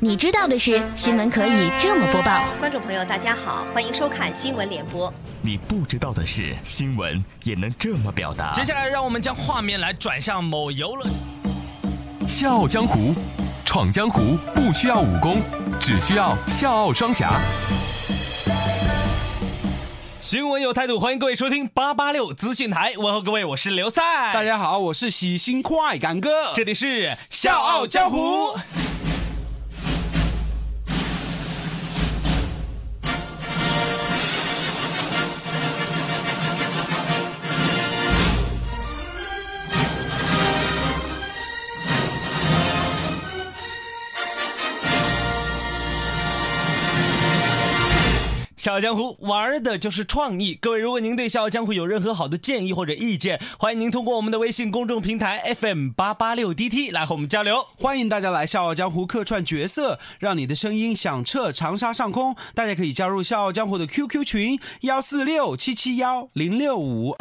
你知道的是，新闻可以这么播报。 观众朋友大家好，欢迎收看新闻联播。 你不知道的是，新闻也能这么表达。 接下来让我们将画面来转向某游乐。 笑傲江湖，闯江湖不需要武功，只需要笑傲双侠。 新闻有态度，欢迎各位收听886资讯台。问候各位，我是刘赛。 大家好，我是喜新快感哥， 这里是笑傲江湖。笑傲江湖玩的就是创意，各位，如果您对笑傲江湖有任何好的建议或者意见，欢迎您通过我们的微信公众平台 FM886DT 来和我们交流。 欢迎大家来笑傲江湖客串角色，让你的声音响彻长沙上空。大家可以加入笑傲江湖的 QQ 群146771065。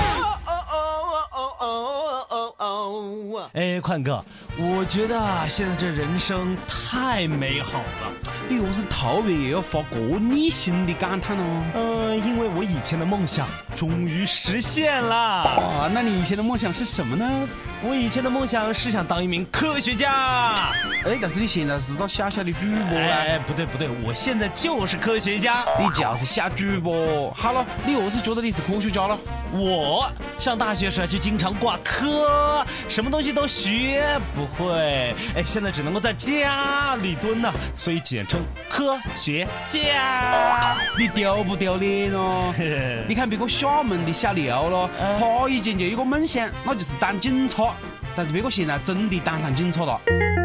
哎，宽哥，我觉得现在这人生太美好了。 你何是特别也要发个逆心的感叹哦？ 因为我以前的梦想终于实现了。 哇，那你以前的梦想是什么呢？ 我以前的梦想是想当一名科学家。 哎，但是你现在是当小小的主播啦。 哎，不对，我现在就是科学家。 你就是小主播。好了，你何是觉得你是科学家了？ 我上大学时就经常挂科，什么东西都学不会，哎，现在只能够在家里蹲呢，所以简称科学家。 你丢不丢脸哦？你看别个厦门的小刘咯，他以前就有个梦想，那就是当警察，但是别个现在真的当上警察了。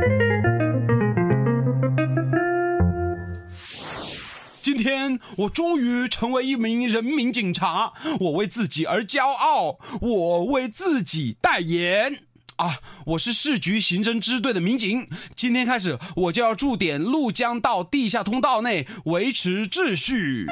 今天我终于成为一名人民警察，我为自己而骄傲，我为自己代言啊！我是市局刑侦支队的民警，今天开始我就要驻点鹭江道地下通道内，维持秩序。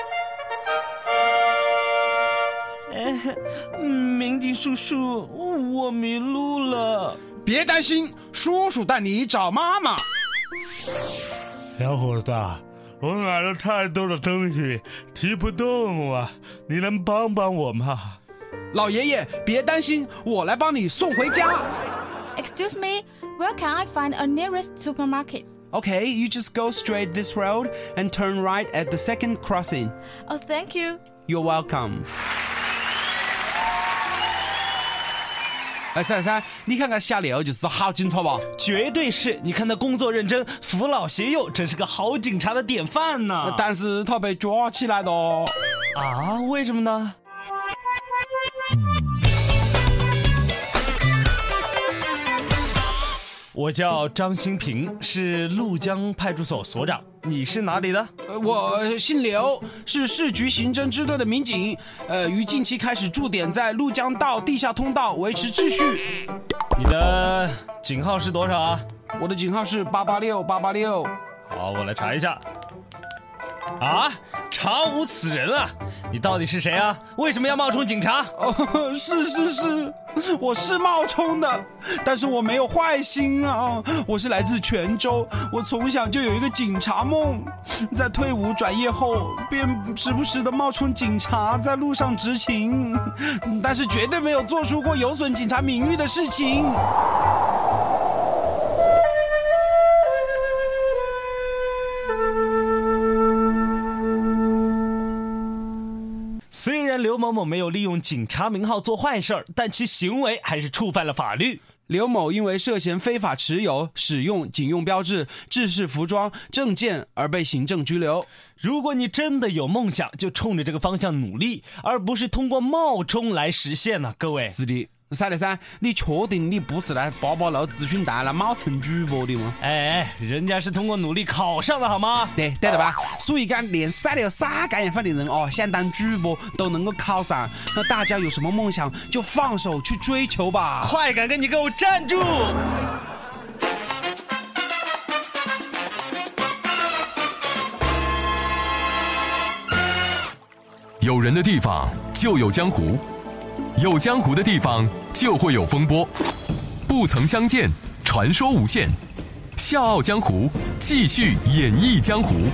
民警叔叔，我迷路了。 别担心，叔叔带你找妈妈。 小伙子，我买了太多的东西，提不动啊，你能帮帮我吗？ 老爷爷，别担心，我来帮你送回家。 Excuse me, where can I find a nearest supermarket? Okay, you just go straight this road and turn right at the second crossing. Oh, thank you. You're welcome. 哎，三，你看看小刘就是好警察吧？ 绝对是，你看他工作认真，扶老携幼，真是个好警察的典范呢。 但是他被抓起来了。 啊？为什么呢？我叫张新平，是鹭江派出所所长。你是哪里的？ 我姓刘，是市局刑侦支队的民警。于近期开始驻点在鹭江道地下通道，维持秩序。 你的警号是多少啊？ 我的警号是886。 好，我来查一下。啊，查无此人啊！你到底是谁啊？为什么要冒充警察？ 哦，是，我是冒充的，但是我没有坏心啊！我是来自泉州，我从小就有一个警察梦，在退伍转业后，便时不时的冒充警察在路上执勤，但是绝对没有做出过有损警察名誉的事情。 虽然刘某某没有利用警察名号做坏事儿，但其行为还是触犯了法律。 刘某因为涉嫌非法持有、使用警用标志、制式服装、证件而被行政拘留。 如果你真的有梦想，就冲着这个方向努力，而不是通过冒充来实现呢，各位。 是的。3.3，你确定你不是来886资讯台来冒充主播的吗？ 哎，人家是通过努力考上的好吗？ 对了吧？所以讲，连363这样范的人哦，想当主播都能够考上，那大家有什么梦想就放手去追求吧！ 快感跟你给我站住！ 有人的地方就有江湖，有江湖的地方就会有风波。不曾相见，传说无限。 笑傲江湖》继续演绎江湖。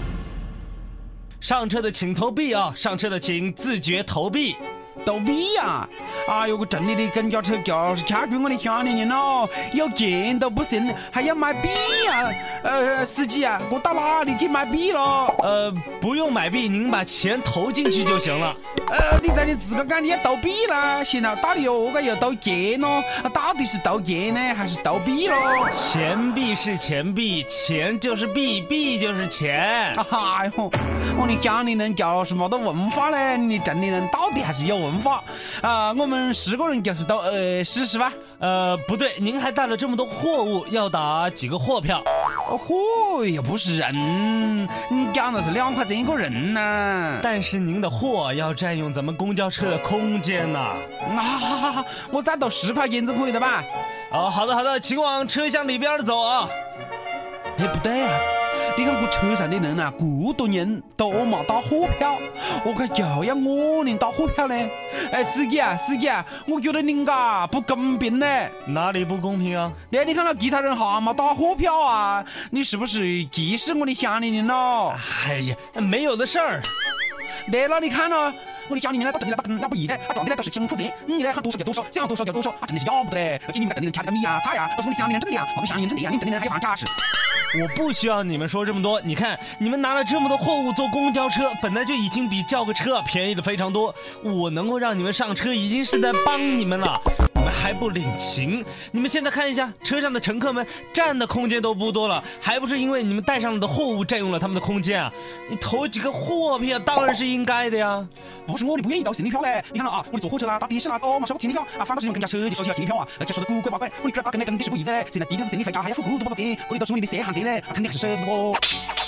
上车的请投币啊，上车的请自觉投币。 逗比呀！啊，有个正里的公交车就是掐住我的小年龄了，有钱都不剩，还要买币呀！司机啊，我到哪里去买币了？ 不用买币，您把钱投进去就行了。 你在你自个讲你要逗币啦，现在到底又逗钱咯？到底是逗钱呢，还是逗币咯？ 钱币是钱币，钱就是币，币就是钱。 哎呦，我的小年人就是没得文化嘞！你正年人到底还是有文化啊！我们10个人就是逗是吧？ 不对，您还带了这么多货物，要打几个货票？ 货又不是人，你讲的是2块钱一个人呢。 但是您的货要占用咱们公交车的空间呐。 我再斗10块钱就可以了吧？ 好的，请往车厢里边走啊。 不对啊！你看我车上的人啊，这多年都没打货票，我看就要我能打货票呢。司机啊，我觉得您不公平呢。 哪里不公平啊？ 你看到其他人没打货票啊，你是不是歧视我的小年龄了？ 哎呀，没有的事儿。 对了，你看了。我的小年龄到这里来打不易的，赚的来都是辛苦钱。你来喊多少就多少，想要多少就多少，真的是要不得嘞！给你们正年人挑的米啊、菜啊，都是我的小年人挣的呀，我的小年人挣的呀，你正年人还放假是？ 我不需要你们说这么多，你看你们拿了这么多货物坐公交车，本来就已经比叫个车便宜的非常多，我能够让你们上车已经是在帮你们了，你们还不领情？你们现在看一下车上的乘客们占的空间都不多了，还不是因为你们带上了的货物占用了他们的空间啊？你投几个货票当然是应该的呀。 不是我的不愿意到行李票嘞，你看了啊，我的坐火车啦、搭的士啦都没收过行李票啊，反倒是你们公交车就收起了行李票啊，而且收得古怪八怪，我的觉得跟的是不一样的嘞。现在第一个是电力费高，还要付这么多钱，这里都是你的血汗钱嘞，肯定还是舍不得哦。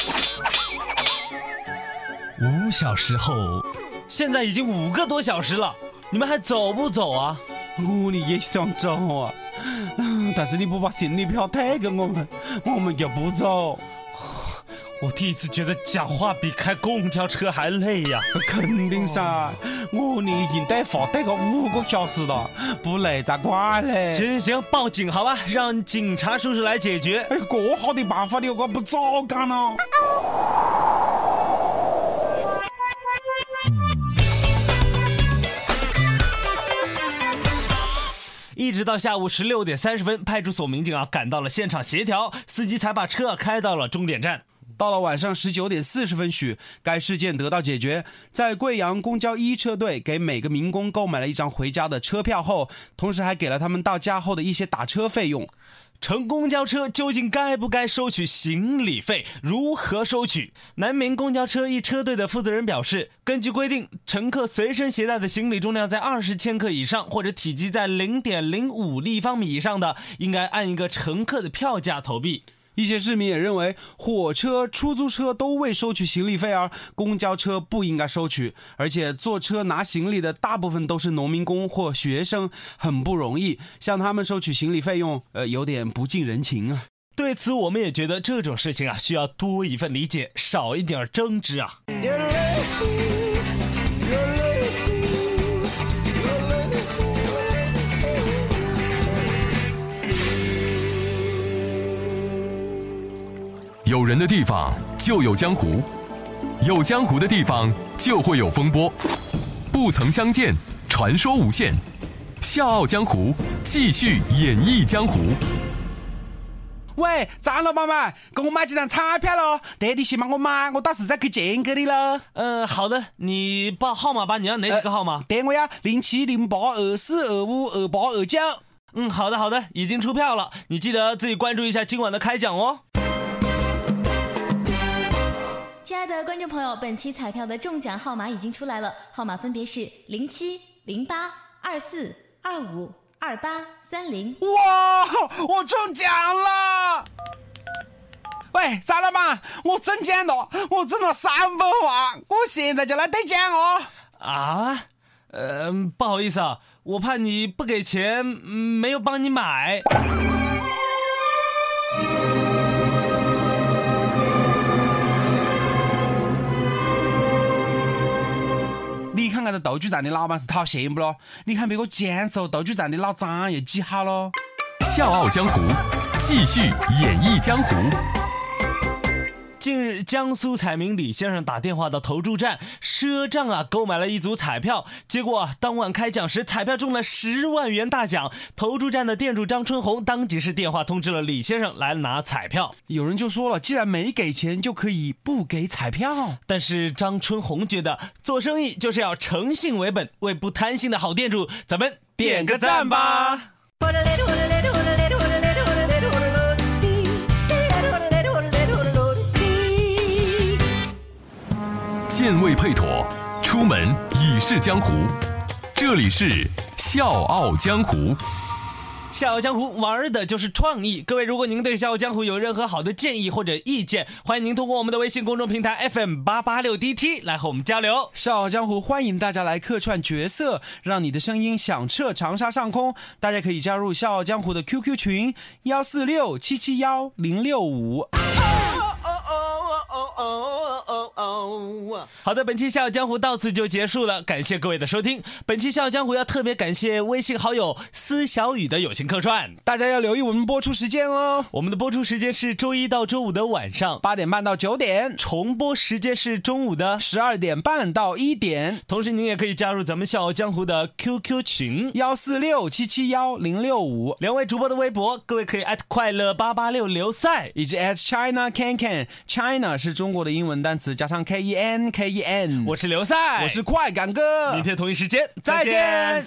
5小时后，现在已经5个多小时了，你们还走不走啊？ 我的也想走啊，但是你不把行李票退给我们就不走。 我第一次觉得讲话比开公交车还累呀！ 肯定噻，我已经对话对个5个小时了，不累才怪嘞。 行，报警好吧，让警察叔叔来解决。 这好的办法你我不早干了。 一直到下午16点30分，派出所民警赶到了现场协调，司机才把车开到了终点站。 到了晚上19点40分许，该事件得到解决。在贵阳公交1车队给每个民工购买了一张回家的车票后，同时还给了他们到家后的一些打车费用。 乘公交车究竟该不该收取行李费？如何收取？南明公交车1车队的负责人表示，根据规定，乘客随身携带的行李重量在20千克以上，或者体积在0.05立方米以上的，应该按一个乘客的票价投币。 一些市民也认为，火车、出租车都未收取行李费，而公交车不应该收取。而且坐车拿行李的大部分都是农民工或学生，很不容易，向他们收取行李费用，有点不近人情啊。 对此，我们也觉得这种事情需要多一份理解，少一点争执啊。 有人的地方就有江湖，有江湖的地方就会有风波。不曾相见，传说无限。笑傲江湖，继续演绎江湖。 喂，张老板嘛，给我买几张彩票咯！对，你先帮我买，我到时再给钱给你了。 好的，你报号码吧，你要哪几个号码？ 对，我要070824252829。 好的，已经出票了，你记得自己关注一下今晚的开奖哦。 亲爱的观众朋友，本期彩票的中奖号码已经出来了，号码分别是07、08、24、25、28、30。 哇，我中奖了！喂，张老板，我中奖了，我中了300万，我现在就来兑奖哦。 不好意思啊，我怕你不给钱，没有帮你买。 你看看这斗剧站的老板是讨嫌不咯？你看别个江苏斗剧站的老张又几好咯？ 笑傲江湖， 继续演绎江湖。 近日，江苏彩民李先生打电话到投注站赊账购买了一组彩票，结果当晚开奖时，彩票中了10万元大奖。投注站的店主张春红当即是电话通知了李先生来拿彩票。 有人就说了，既然没给钱，就可以不给彩票。 但是张春红觉得做生意就是要诚信为本，为不贪心的好店主，咱们点个赞吧。 剑未配妥，出门已是江湖。这里是笑傲江湖。 笑傲江湖玩的就是创意。各位，如果您对笑傲江湖有任何好的建议或者意见，欢迎您通过我们的微信公众平台 FM886DT 来和我们交流。 笑傲江湖欢迎大家来客串角色，让你的声音响彻长沙上空。大家可以加入笑傲江湖的 QQ 群146771065。 好的，本期笑傲江湖到此就结束了，感谢各位的收听。本期笑傲江湖要特别感谢微信好友思小雨的友情客串， 大家要留意我们播出时间哦。 我们的播出时间是周一到周五的晚上 8点半到9点， 重播时间是中午的 12点半到1点。 同时您也可以加入咱们笑傲江湖的 QQ 群 146771065， 两位主播的微博，各位可以快乐886刘赛， 以及@China Can China 是中国的英文单词加上 KEN。 我是刘赛， 我是快感哥， 明天同一时间再见。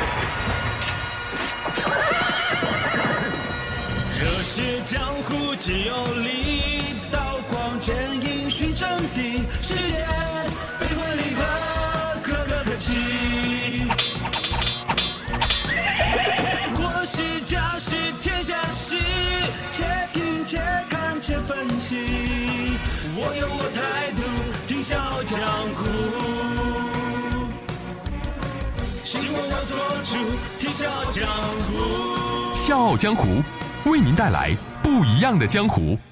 热血江湖皆有理，刀光剑影寻真谛，世间悲欢离合，可歌可泣。国喜家喜天下喜，且听且看且分析。我有我态度，听笑傲江湖。希望我做主，听笑傲江湖。 笑傲江湖为您带来不一样的江湖。